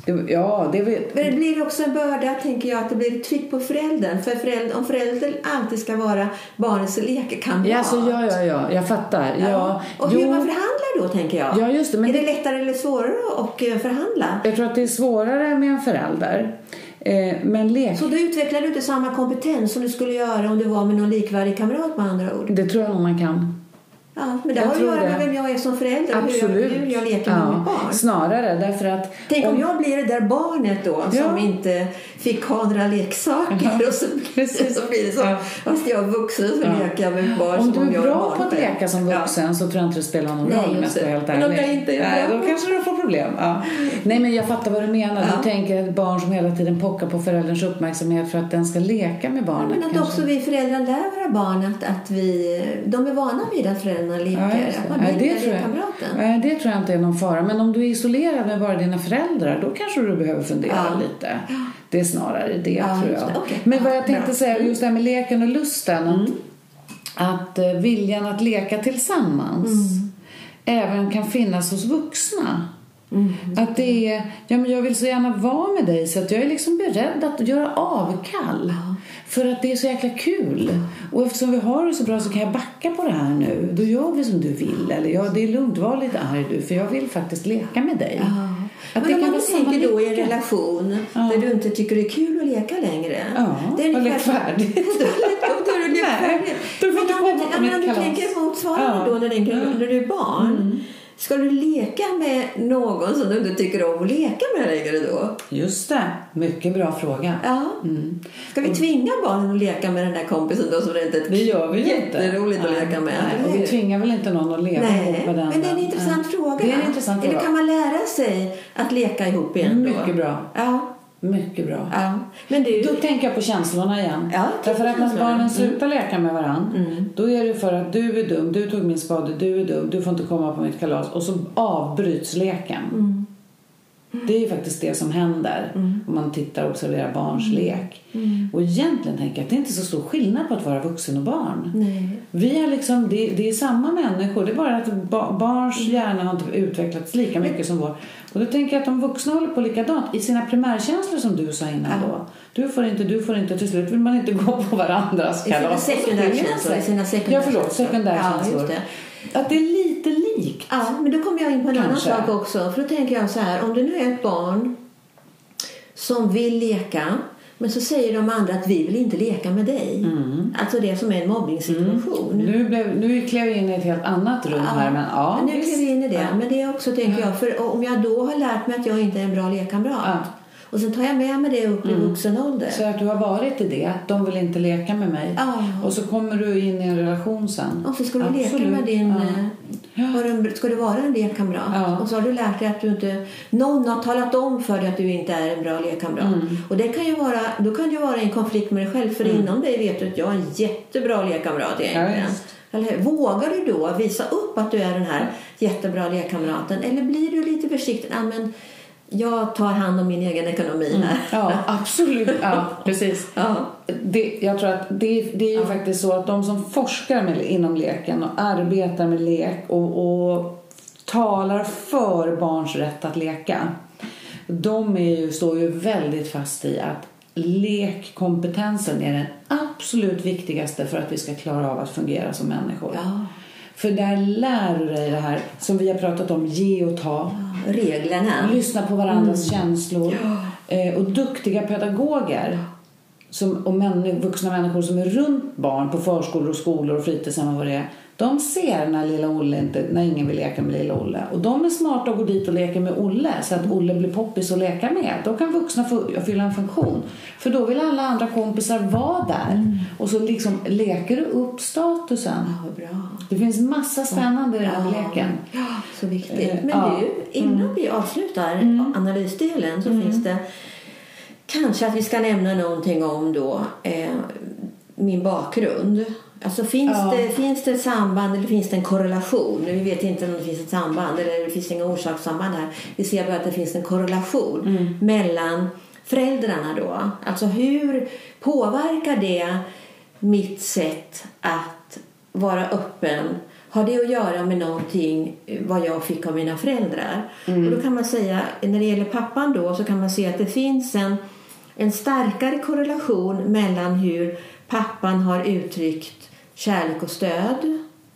Men det blir också en börda, tänker jag, att det blir ett tryck på föräldern. För om föräldern alltid ska vara barnets lekkamrat. Ja, jag fattar. Ja. Och hur man förhandlar då, tänker jag. Ja, just det, men är det lättare eller svårare att förhandla? Jag tror att det är svårare med en förälder. Men Så då utvecklar du inte samma kompetens som du skulle göra om du var med någon likvärdig kamrat, med andra ord? Det tror jag nog man kan. Ja, men det har att göra med vem jag är som förälder. Absolut. Hur jag leker med mitt barn. Snarare, därför att... Tänk om jag blir det där barnet då som inte fick ha några leksaker. Och så blir det så. Fast jag är vuxen så leker jag med mitt barn. Om du är bra på att leka som vuxen så tror jag inte det spelar någon roll. Men om jag inte är då kanske du får problem. Ja. Nej, men jag fattar vad du menar. Du tänker ett barn som hela tiden pockar på förälderns uppmärksamhet för att den ska leka med barnet. Men att också vi föräldrar lär våra barn att de är vana vid att föräldrarna leker. Det tror jag inte är någon fara. Men om du är isolerad med bara dina föräldrar, då kanske du behöver fundera lite. Det är snarare det, tror jag. Okay. Men vad jag tänkte säga, just det här med leken och lusten, att viljan att leka tillsammans även kan finnas hos vuxna. Att det är, men jag vill så gärna vara med dig så att jag är liksom beredd att göra avkall. För att det är så jäkla kul. Och eftersom vi har det så bra så kan jag backa på det här nu. Då gör vi som du vill. Eller det är lugnt, var lite arg du. För jag vill faktiskt leka med dig. Att Men det om kan man vara samma tänker då i en lycka. relation där du inte tycker det är kul att leka längre. Ja, det är och lek färdigt. Då är det lek färdigt. Du får inte komma på mitt om du kalas. tänker motsvarande då när du är barn. Ska du leka med någon som du inte tycker om att leka med längre då? Just det, mycket bra fråga. Ja. Ska vi tvinga barnen att leka med den där kompisen då som det inte är Det gör vi ju inte. jätteroligt att leka med? Nej, och vi tvingar väl inte någon att leva ihop med den. Men det är en intressant fråga. Det är en intressant fråga. Eller kan man lära sig att leka ihop igen då? Mycket bra. Ja. Mycket bra. Ja. Men du... Då tänker jag på känslorna igen. Ja, därför att när känslorna. barnen slutar leka med varandra, då är det för att du är dum, du tog min spade, du är dum, du får inte komma på mitt kalas. Och så avbryts leken. Det är ju faktiskt det som händer om man tittar och observerar barns lek. Och egentligen tänker jag att det är inte så stor skillnad på att vara vuxen och barn. Nej. Vi är liksom, det är samma människor. Det är bara att barns hjärna har inte utvecklats lika mycket som vår. Och då tänker jag att de vuxna håller på likadant i sina primärkänslor som du sa innan då. Du får inte. Till slut vill man inte gå på varandras kalas. I sina sekundärkänslor. Att det är lite likt. Ja, men då kommer jag in på en Kanske. annan sak också. För då tänker jag så här, om det nu är ett barn som vill leka, men så säger de andra att vi vill inte leka med dig. Alltså det som är en mobbningssituation. Nu klev vi in i ett helt annat rum här. Men nu klev vi in i det. Men det är också, tänker jag, för om jag då har lärt mig att jag inte är en bra lekkamrat. Och sen tar jag med det upp i vuxen ålder. Så att du har varit i det. De vill inte leka med mig. Och så kommer du in i en relation sen. Och så ska du leka med din... Ska du vara en lekkamrat? Och så har du lärt dig att du inte... Någon har talat om för dig att du inte är en bra lekkamrat. Och det kan ju vara... Då kan det ju vara en konflikt med dig själv. För inom dig vet du att jag är en jättebra lekkamrat egentligen. Eller vågar du då visa upp att du är den här jättebra lekkamraten? Eller blir du lite försiktig? Men jag tar hand om min egen ekonomi här. Ja, absolut. Ja, precis. Jag tror att det är ju faktiskt så att de som forskar inom leken och arbetar med lek och talar för barns rätt att leka, de står ju väldigt fast i att lekkompetensen är den absolut viktigaste för att vi ska klara av att fungera som människor. För där lär du dig det här som vi har pratat om, ge och ta. Reglerna. Lyssna på varandras känslor. Och duktiga pedagoger och vuxna människor som är runt barn på förskolor och skolor och fritidshem och vad det är. De ser när ingen vill leka med lilla Olle. Och de är smarta och går dit och leker med Olle. Så att Olle blir poppis och leka med. Då kan vuxna fylla en funktion. För då vill alla andra kompisar vara där. Och så liksom leker du upp statusen. Bra. Det finns massa spännande i den här leken. Ja, så viktigt. Men du, innan vi avslutar analysdelen så finns det... Kanske att vi ska nämna någonting om då min bakgrund. Alltså finns det ett samband eller finns det en korrelation? Vi vet inte om det finns ett samband eller det finns inga orsakssamband här. Vi ser bara att det finns en korrelation mellan föräldrarna då. Alltså hur påverkar det mitt sätt att vara öppen? Har det att göra med någonting vad jag fick av mina föräldrar? Och då kan man säga, när det gäller pappan då, så kan man se att det finns en starkare korrelation mellan hur pappan har uttryckt kärlek och stöd.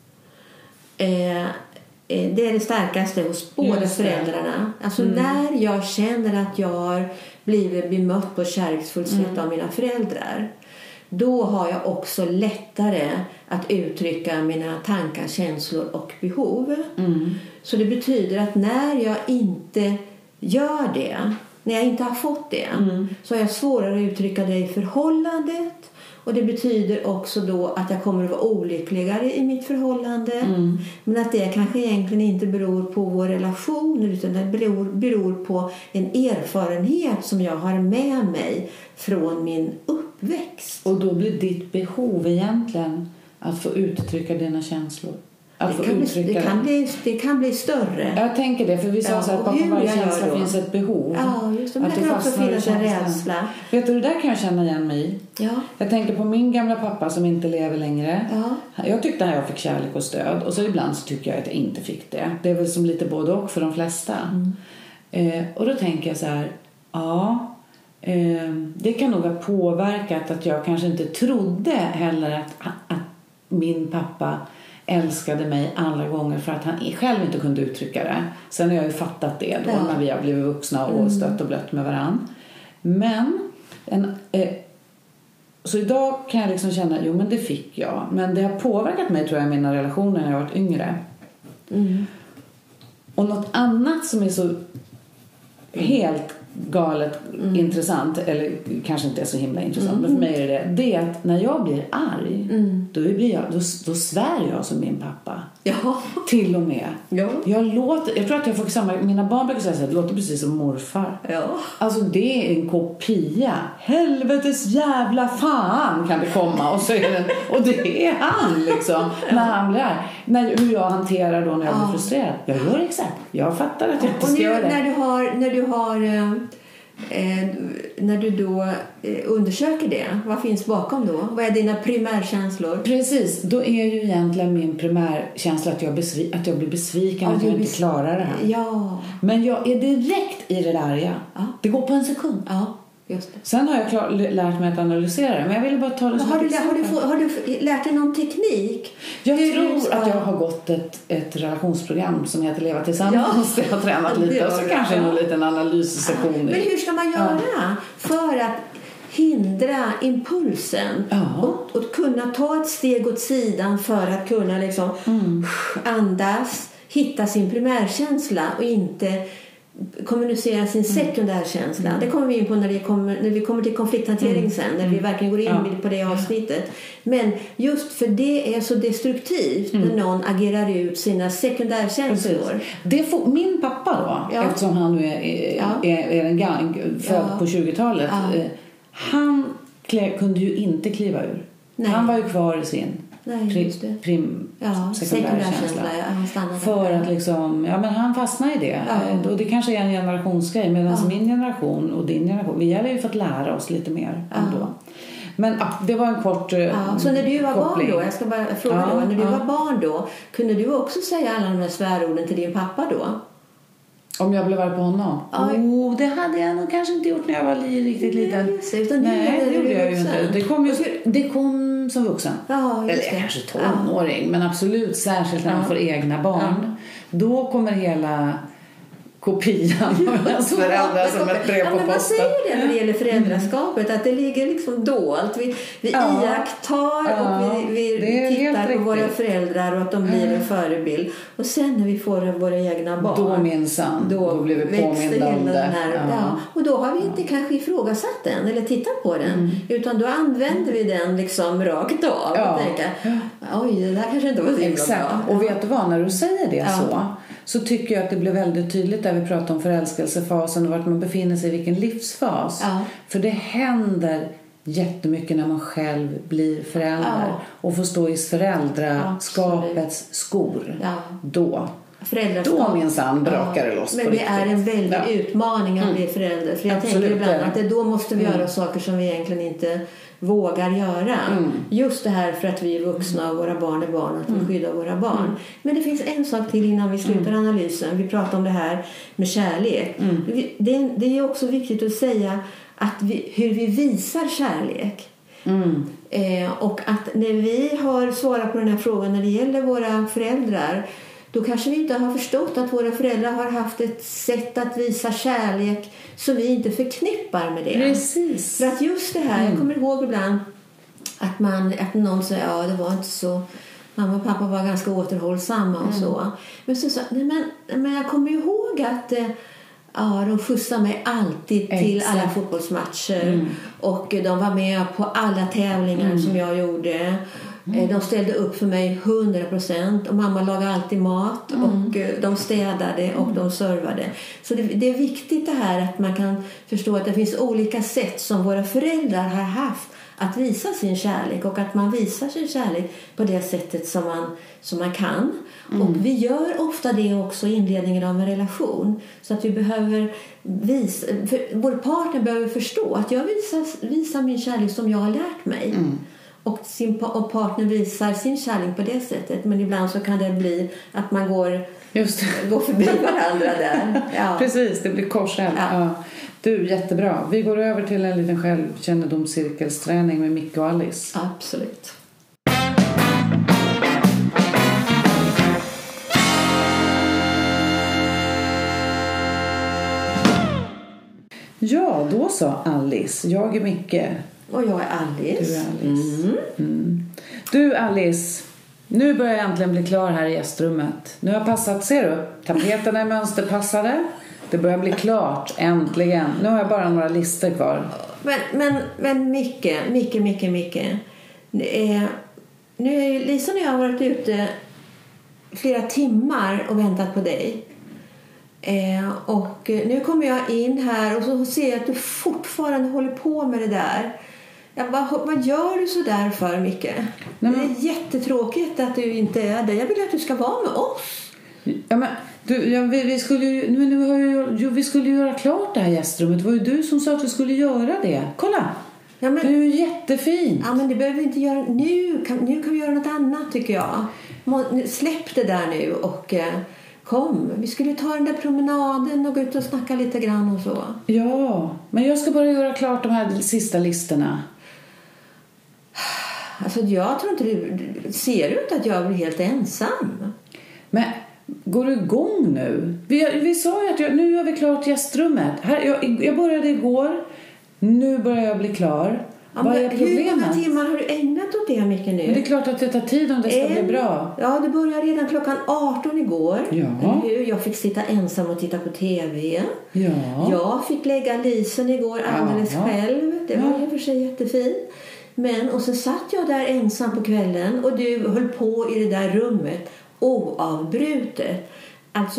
Det är det starkaste hos båda föräldrarna. Alltså när jag känner att jag har blivit bemött på ett kärleksfullt sätt av mina föräldrar, då har jag också lättare att uttrycka mina tankar, känslor och behov. Så det betyder att när jag inte gör det, när jag inte har fått det, så har jag svårare att uttrycka det i förhållandet. Och det betyder också då att jag kommer att vara olyckligare i mitt förhållande. Men att det kanske egentligen inte beror på vår relation, utan det beror på en erfarenhet som jag har med mig från min uppväxt. Och då blir ditt behov egentligen att få uttrycka dina känslor. Det kan bli större. Jag tänker det, för vi sa så att bakom varje känsla finns ett behov. Ja, just det. Men det kan också finnas en rädsla. Vet du, det där kan jag känna igen mig i. Ja. Jag tänker på min gamla pappa som inte lever längre. Ja. Jag tyckte att jag fick kärlek och stöd. Och så ibland så tycker jag att jag inte fick det. Det är väl som lite både och för de flesta. Och då tänker jag så här. Det kan nog ha påverkat att jag kanske inte trodde heller att min pappa älskade mig alla gånger för att han själv inte kunde uttrycka det. Sen har jag ju fattat det då när vi har blivit vuxna och stött och blött med varann. Men så idag kan jag liksom känna, jo men det fick jag. Men det har påverkat mig tror jag i mina relationer när jag har varit yngre. Och något annat som är så helt galet intressant, eller kanske inte är så himla intressant, men för mig är det är att när jag blir arg då svär jag som min pappa. Ja. Till och med. Ja. Jag tror att jag får samma, mina barn brukar säga så här, det låter precis som morfar. Ja. Alltså det är en kopia. Helvetes jävla fan kan det komma, och så är den, och det är han liksom när han blir arg. Hur jag hanterar då när jag blir frustrerad. Jag gör exakt. Jag fattar att jag inte ska göra det. När du då undersöker det, vad finns bakom då? Vad är dina primärkänslor? Precis, då är ju egentligen min primärkänsla att jag blir besviken, att jag inte klarar det här. Ja. Men jag är direkt i det där, ja. Det går på en sekund. Ja, just det. Sen har jag lärt mig att analysera det, men jag ville bara ta det som har du lärt dig någon teknik? Jag tror att jag har gått ett relationsprogram som heter Leva tillsammans. Jag har tränat lite och så kanske en liten analyssession. Men hur ska man göra för att hindra impulsen och kunna ta ett steg åt sidan för att kunna liksom andas, hitta sin primärkänsla och inte kommunicera sin sekundärkänsla. Det kommer vi in på när vi kommer till konflikthantering sen, när vi verkligen går in på det avsnittet. Men just för det är så destruktivt när någon agerar ut sina sekundärkänslor. Min pappa då, eftersom han nu är en gang född på 20-talet, han kunde ju inte kliva ur. Nej. Han var ju kvar i sin sekundärkänsla. För att liksom, men han fastnar i det. Och det kanske är en generationsgrej, medan min generation och din generation, vi har ju fått lära oss lite mer ändå. Men det var en kort så när du var barn då, jag ska bara fråga då, när du var barn då, kunde du också säga alla de här svärorden till din pappa då? Om jag blev arg på honom? Det hade jag nog kanske inte gjort när jag var riktigt liten. Nej, det gjorde jag ju inte. Det kom som vuxen. Eller kanske tonåring. Men absolut, särskilt när man får egna barn. Då kommer hela kopian av ens föräldrar som ett brev på posten. Man säger det när det gäller föräldraskapet, att det ligger liksom dolt. Vi iakttar och vi tittar på våra föräldrar och att de blir en förebild. Och sen när vi får våra egna barn, då minsann, då blir vi påminda om det. Och då har vi inte kanske ifrågasatt den eller tittat på den, utan då använder vi den liksom rakt av och tänker, oj, det där kanske inte var så himla bra. Och vet du vad, när du säger det så tycker jag att det blir väldigt tydligt där vi pratar om förälskelsefasen och vart man befinner sig i vilken livsfas. För det händer jättemycket när man själv blir förälder och får stå i föräldraskapets skor. Då minsann brakar det loss. Men det är en väldig utmaning att bli förälder. För jag tänker ibland att då måste vi göra saker som vi egentligen inte vågar göra. Just det här för att vi är vuxna och våra barn är barn, att vi skyddar våra barn. Men det finns en sak till innan vi slutar analysen. Vi pratar om det här med kärlek. Det är också viktigt att säga att hur vi visar kärlek. Och att när vi har svarat på den här frågan när det gäller våra föräldrar, då kanske vi inte har förstått att våra föräldrar har haft ett sätt att visa kärlek som vi inte förknippar med det. Precis. För att just det här, jag kommer ihåg ibland att någon säger, det var inte så, mamma och pappa var ganska återhållsamma och så. Men så sa men jag kommer ihåg att de skjutsade mig alltid till alla fotbollsmatcher. Och de var med på alla tävlingar som jag gjorde. De ställde upp för mig 100%. Och mamma lagade alltid mat. Och de städade och de servade. Så det är viktigt det här att man kan förstå att det finns olika sätt som våra föräldrar har haft att visa sin kärlek. Och att man visar sin kärlek på det sättet som man kan. Och vi gör ofta det också i inledningen av en relation. Så att vi behöver vår partner behöver förstå att jag visar min kärlek som jag har lärt mig. Och partner visar sin kärlek på det sättet. Men ibland så kan det bli att man går förbi varandra där. Precis, det blir korseld. Du, jättebra. Vi går över till en liten självkännedomscirkelsträning med Micke och Alice. Absolut. Ja, då så Alice. Jag är Micke. Och jag är Alice. Du är Alice. Du Alice, nu börjar jag äntligen bli klar här i gästrummet. Nu har jag passat, ser du? Tapeterna är mönsterpassade. Det börjar bli klart, äntligen. Nu har jag bara några listor kvar. Men Micke. Nu är ju Lisa och jag har varit ute flera timmar och väntat på dig. Och nu kommer jag in här och så ser jag att du fortfarande håller på med det där. Vad gör du så där för, Micke? Det är jättetråkigt att du inte är där. Jag vill att du ska vara med oss. Ja, men vi skulle ju vi skulle göra klart det här gästrummet. Det var ju du som sa att vi skulle göra det. Kolla! Ja, men, det är ju jättefint. Ja, men det behöver vi inte göra nu. Nu kan vi göra något annat, tycker jag. Släpp det där nu och kom. Vi skulle ta den där promenaden och gå ut och snacka lite grann och så. Ja, men jag ska bara göra klart de här sista listorna. Alltså, jag tror inte du... Ser du inte att jag blir helt ensam? Men går du igång nu? Vi sa ju att nu gör vi klart gästrummet. Jag började igår. Nu börjar jag bli klar. Ja, vad är problemet? Hur många timmar har du ägnat åt det, Micke, nu? Men det är klart att det tar tid om det ska bli bra. Ja, det började redan klockan 18 igår. Ja. Jag fick sitta ensam och titta på tv. Ja. Jag fick lägga lisen igår alldeles själv. Det var i och för sig jättefint. Och så satt jag där ensam på kvällen och du höll på i det där rummet oavbrutet. Alltså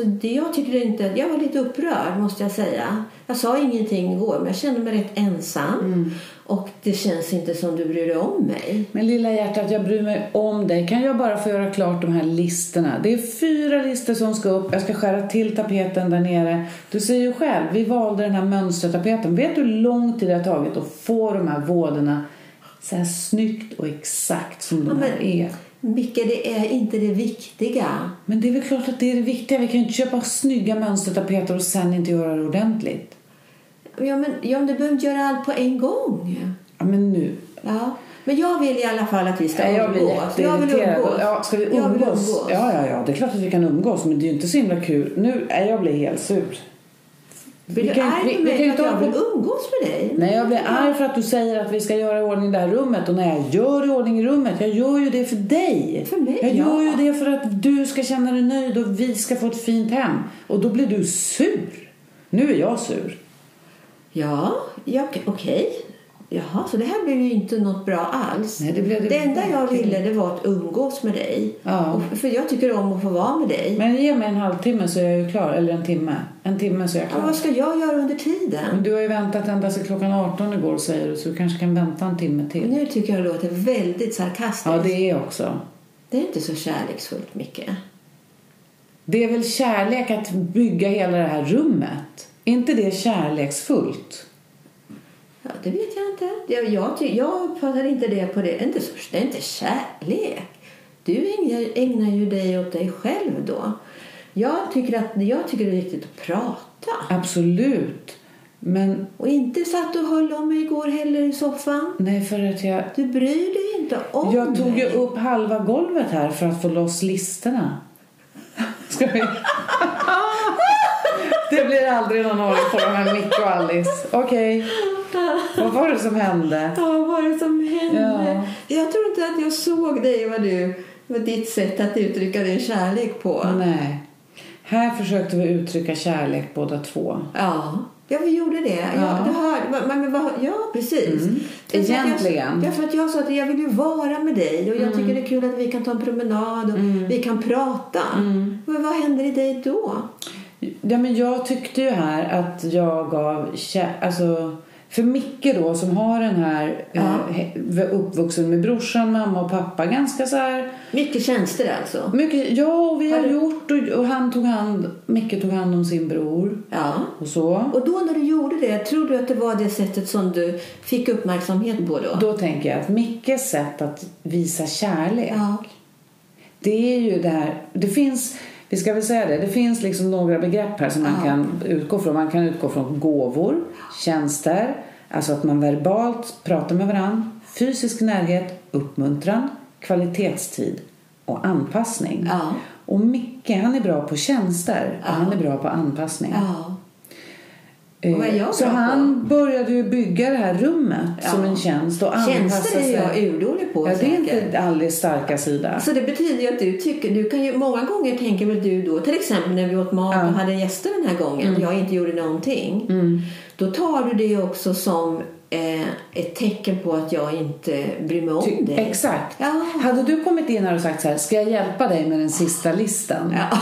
jag var lite upprörd, måste jag säga. Jag sa ingenting igår, men jag kände mig rätt ensam. Och det känns inte som du bryr dig om mig. Men lilla hjärtat, jag bryr mig om dig. Kan jag bara få göra klart de här listorna? Det är 4 listor som ska upp. Jag ska skära till tapeten där nere. Du ser ju själv, vi valde den här mönstertapeten. Vet du hur lång tid det har tagit att få de här våderna så här snyggt och exakt som de här är? Micke, det är inte det viktiga. Men det är väl klart att det är det viktiga. Vi kan ju inte köpa snygga mönstertapeter och sen inte göra det ordentligt. Ja, men du behöver inte göra allt på en gång. Ja, men nu. Ja, men jag vill i alla fall att vi ska umgås. Jag vill umgås. Ja, ska vi umgås? Ja, det är klart att vi kan umgås. Men det är ju inte så himla kul. Nu är jag blir helt sur. Blir du arg på mig att jag vill umgås med dig? Nej, jag blir arg för att du säger att vi ska göra i ordning det här rummet. Och när jag gör i ordning i rummet, jag gör ju det för dig. För mig, jag gör ju det för att du ska känna dig nöjd och vi ska få ett fint hem. Och då blir du sur. Nu är jag sur. Ja, okej. Jaha, så det här blev ju inte något bra alls. Nej, det enda jag ville, det var att umgås med dig. Ja. För jag tycker om att få vara med dig. Men ge mig en halvtimme så är jag ju klar. Eller en timme. En timme så är jag klar. Ja, vad ska jag göra under tiden? Men du har ju väntat ända till klockan 18 igår, säger du. Så du kanske kan vänta en timme till. Nu tycker jag det låter väldigt sarkastiskt. Ja, det är också. Det är inte så kärleksfullt, Micke. Det är väl kärlek att bygga hela det här rummet. Inte det kärleksfullt? Ja, det vet jag inte. Jag uppfattar inte det på det. Det är inte kärlek. Du ägnar ju dig åt dig själv då. Jag tycker det är viktigt att prata. Absolut. Men... Och inte satt och höll om mig igår heller i soffan. Nej, för att Du bryr dig inte om mig. Jag tog ju upp halva golvet här för att få loss listorna. Ska vi... Det blir aldrig någon ordning på de här Micke och Alice. Okej. Vad var det som hände? Ja, vad var det som hände? Ja. Jag tror inte att jag såg dig vad ditt sätt att uttrycka din kärlek på. Nej. Här försökte vi uttrycka kärlek båda två. Ja, vi gjorde det. Ja, precis. Egentligen. För att jag sa att jag vill ju vara med dig. Och jag tycker det är kul att vi kan ta en promenad och vi kan prata. Men vad händer i dig då? Ja, men jag tyckte ju här att jag gav... Alltså, för Micke då, som har den här uppvuxen med brorsan, mamma och pappa, ganska så här... Mycket tjänster alltså? Mycket, ja, och vi har gjort och Micke tog hand om sin bror. Ja. Och så. Och då när du gjorde det, tror du att det var det sättet som du fick uppmärksamhet på då? Då tänker jag att Mickes sätt att visa kärlek, det är ju det här... Det finns... Vi ska väl säga det finns liksom några begrepp här som man kan utgå från. Man kan utgå från gåvor, tjänster, alltså att man verbalt pratar med varandra, fysisk närhet, uppmuntran, kvalitetstid och anpassning. Ja. Och Micke, han är bra på tjänster och han är bra på anpassning. Ja. Så han började ju bygga det här rummet som en tjänst och anpassa sig. Tjänster är jag urdålig på. Ja, det är inte alldeles starka sida. Så det betyder ju att du kan ju många gånger tänker väl du då, till exempel när vi åt mat och hade gäster den här gången, jag inte gjorde någonting. Då tar du det också som ett tecken på att jag inte bryr mig om det. Exakt. Ja. Hade du kommit in här och sagt så här, ska jag hjälpa dig med den sista listan? Ja.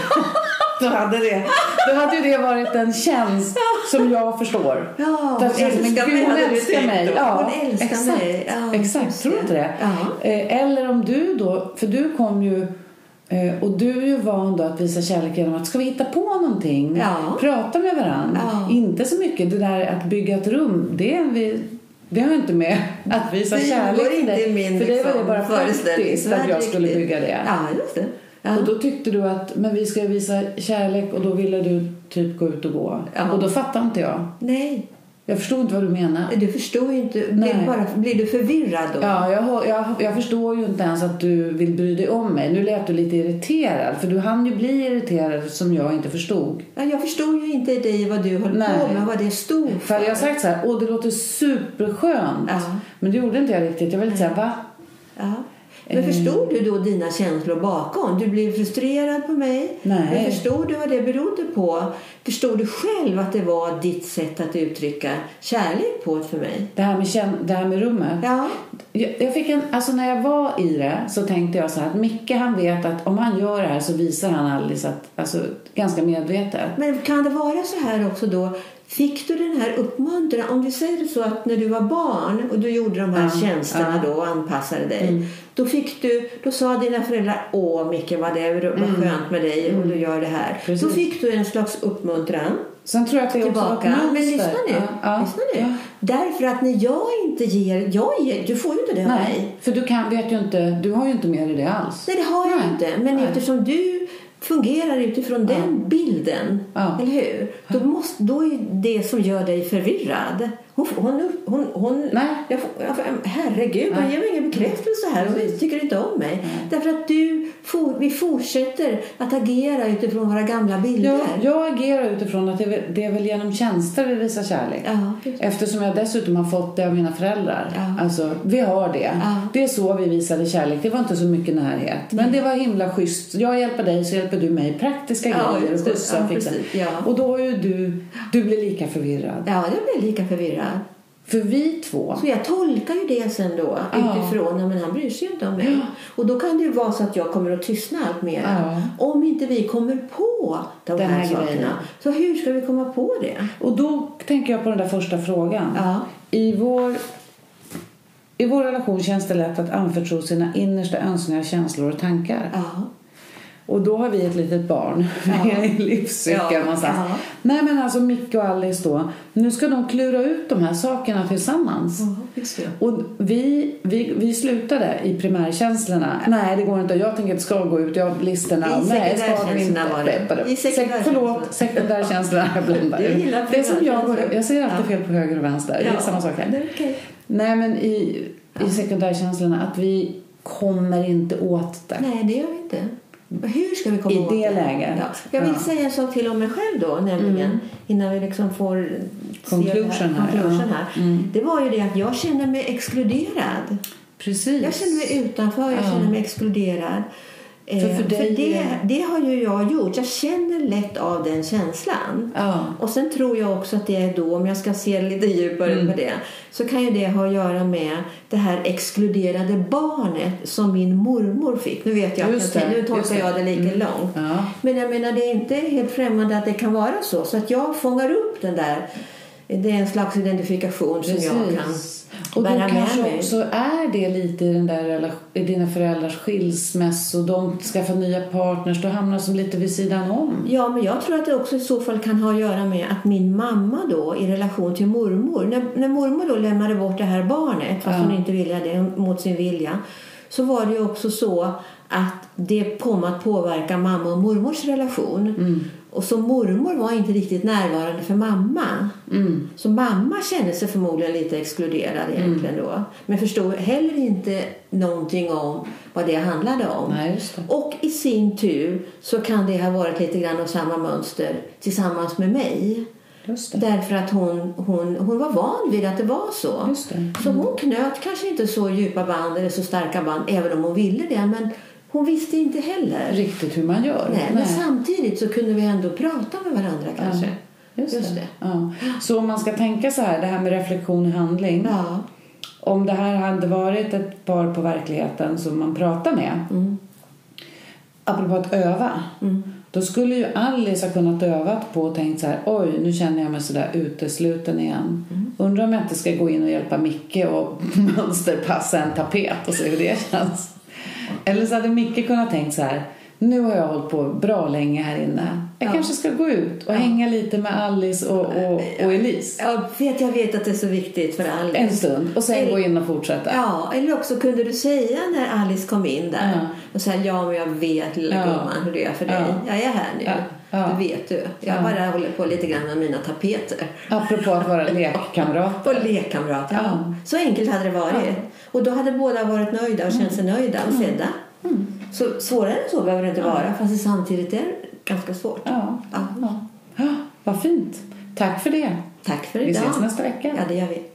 Då hade det varit en tjänst som jag förstår. Ja, hon älskar mig. Ja, hon älskar mig. Ja, exakt, tror du inte det? Ja. Eller om du då, för du kom ju och du är ju van då att visa kärlek genom att ska vi hitta på någonting? Ja. Prata med varandra. Ja. Inte så mycket det där att bygga ett rum, det har inte med att visa kärlek till dig. För det var det bara faktiskt att jag skulle bygga det. Ja, just det. Ja. Och då tyckte du att men vi ska visa kärlek och då ville du typ gå ut och gå. Ja. Och då fattade inte jag. Nej. Jag förstod inte vad du menar. Du förstår ju inte. Blir du förvirrad då? Ja, jag förstår ju inte ens att du vill bry dig om mig. Nu lät du lite irriterad. För du hann ju bli irriterad som jag inte förstod. Ja, jag förstod ju inte dig vad du höll på med. Vad det stod för. För jag har sagt så här, det låter superskönt. Ja. Men det gjorde inte jag riktigt. Jag vill inte säga, va? Ja. Men förstod du då dina känslor bakom? Du blev frustrerad på mig. Nej. Men förstod du vad det berodde på? Förstod du själv att det var ditt sätt att uttrycka kärlek på för mig? Det här med rummet. Ja. Jag fick när jag var i det så tänkte jag så här att Micke han vet att om han gör det här så visar han Alice att ganska medvetet. Men kan det vara så här också då? Fick du den här uppmuntran? Om du säger så att när du var barn och du gjorde de här tjänsterna då och anpassade dig. Då sa dina föräldrar, Micke vad skönt med dig och du gör det här. Precis. Då fick du en slags uppmuntran. Sen tror jag att det är tillbaka. Men lyssna nu. Ja. Därför att när jag inte ger, du får ju inte det av mig. För du har ju inte med dig det alls. Nej, det har jag inte. Men eftersom du fungerar utifrån den bilden, eller hur? Då är det som gör dig förvirrad. Hon herregud, hon ger mig ingen bekräftelse här. Hon tycker inte om mig. Därför att vi fortsätter att agera utifrån våra gamla bilder. Ja, jag agerar utifrån att det är väl genom tjänster vi visar kärlek. Ja, eftersom jag dessutom har fått det av mina föräldrar. Ja. Alltså, vi har det. Ja. Det är så vi visade kärlek. Det var inte så mycket närhet. Men det var himla schysst. Jag hjälper dig så hjälper du mig. Praktiska grejer. Och då har ju du blir lika förvirrad. Ja, jag blir lika förvirrad. För vi två. Så jag tolkar ju det sen då utifrån, men han bryr sig inte om mig. Ja. Och då kan det ju vara så att jag kommer att tystna allt mer. Ja. Om inte vi kommer på de här sakerna. Grejen. Så hur ska vi komma på det? Och då tänker jag på den där första frågan. Ja. I vår relation känns det lätt att anförtro sina innersta önskningar, känslor och tankar. Ja. Och då har vi ett litet barn i livscykeln någonstans. Ja. Nej men alltså Micke och Alice då. Nu ska de klura ut de här sakerna tillsammans. Just det. Och vi slutade i primärkänslorna. Nej det går inte. Jag tänker att det ska gå ut. Jag listorna. Nej ska vi inte. Sekundärkänslorna jag blandar. Det är som jag ser alltid fel på höger och vänster. Det är samma sak här. Okay. Nej men i sekundärkänslorna att vi kommer inte åt det. Nej det gör vi inte. Hur ska vi komma åt det? I det läget. Ja. Jag vill säga en sak till om mig själv då, nämligen innan vi liksom får conclusion här. Det var ju det att jag känner mig exkluderad. Precis. Jag känner mig utanför, jag känner mig exkluderad. För det har ju jag gjort. Jag känner lätt av den känslan. Och sen tror jag också att det är då, om jag ska se lite djupare på det, så kan ju det ha att göra med det här exkluderade barnet som min mormor fick. Nu vet jag nu tolkar jag det lika långt. Men jag menar det är inte helt främmande att det kan vara så att jag fångar upp den där. Det är en slags identifikation som jag kan. Och då kanske också är det lite i den där i dina föräldrars skilsmäss och de skaffar nya partners, då hamnar som lite vid sidan om. Ja, men jag tror att det också i så fall kan ha att göra med att min mamma då i relation till mormor, när mormor då lämnade bort det här barnet fast hon inte ville det mot sin vilja, så var det ju också så att det kom att påverka mamma och mormors relation. Och så mormor var inte riktigt närvarande för mamma. Så mamma kände sig förmodligen lite exkluderad egentligen då. Men förstod heller inte någonting om vad det handlade om. Nej, just det. Och i sin tur så kan det ha varit lite grann av samma mönster tillsammans med mig. Just det. Därför att hon var van vid att det var så. Just det. Så hon knöt kanske inte så djupa band eller så starka band, även om hon ville det. Men hon visste inte heller riktigt hur man gör. Nej. Men samtidigt så kunde vi ändå prata med varandra kanske. Just det. Ja. Så om man ska tänka så här, det här med reflektion i handling. Ja. Om det här hade varit ett par på verkligheten som man pratar med. Apropå att öva. Då skulle ju Alice ha kunnat övat på och tänkt så här: oj, nu känner jag mig så där utesluten igen. Undrar om jag inte ska gå in och hjälpa Micke och mönsterpassa en tapet och se hur det känns. Eller så hade Micke kunnat tänkt så här: nu har jag hållit på bra länge här inne. Jag kanske ska gå ut och hänga lite med Alice och Elise. Jag vet att det är så viktigt för Alice. En stund och sen gå in och fortsätta. Ja, eller också kunde du säga när Alice kom in där och säga: ja, men jag vet, lilla gumman, hur det är för dig. Jag är här nu. Det vet du. Jag bara håller på lite grann med mina tapeter. Apropå att vara lekkamrat. Och lekkamrat, Så enkelt hade det varit. Och då hade båda varit nöjda och känt sig nöjda och sedda. Så svårare än så behöver det inte vara. Fast det samtidigt är ganska svårt. Ja. Vad fint. Tack för det. Tack för idag. Vi ses nästa vecka. Ja, det gör vi.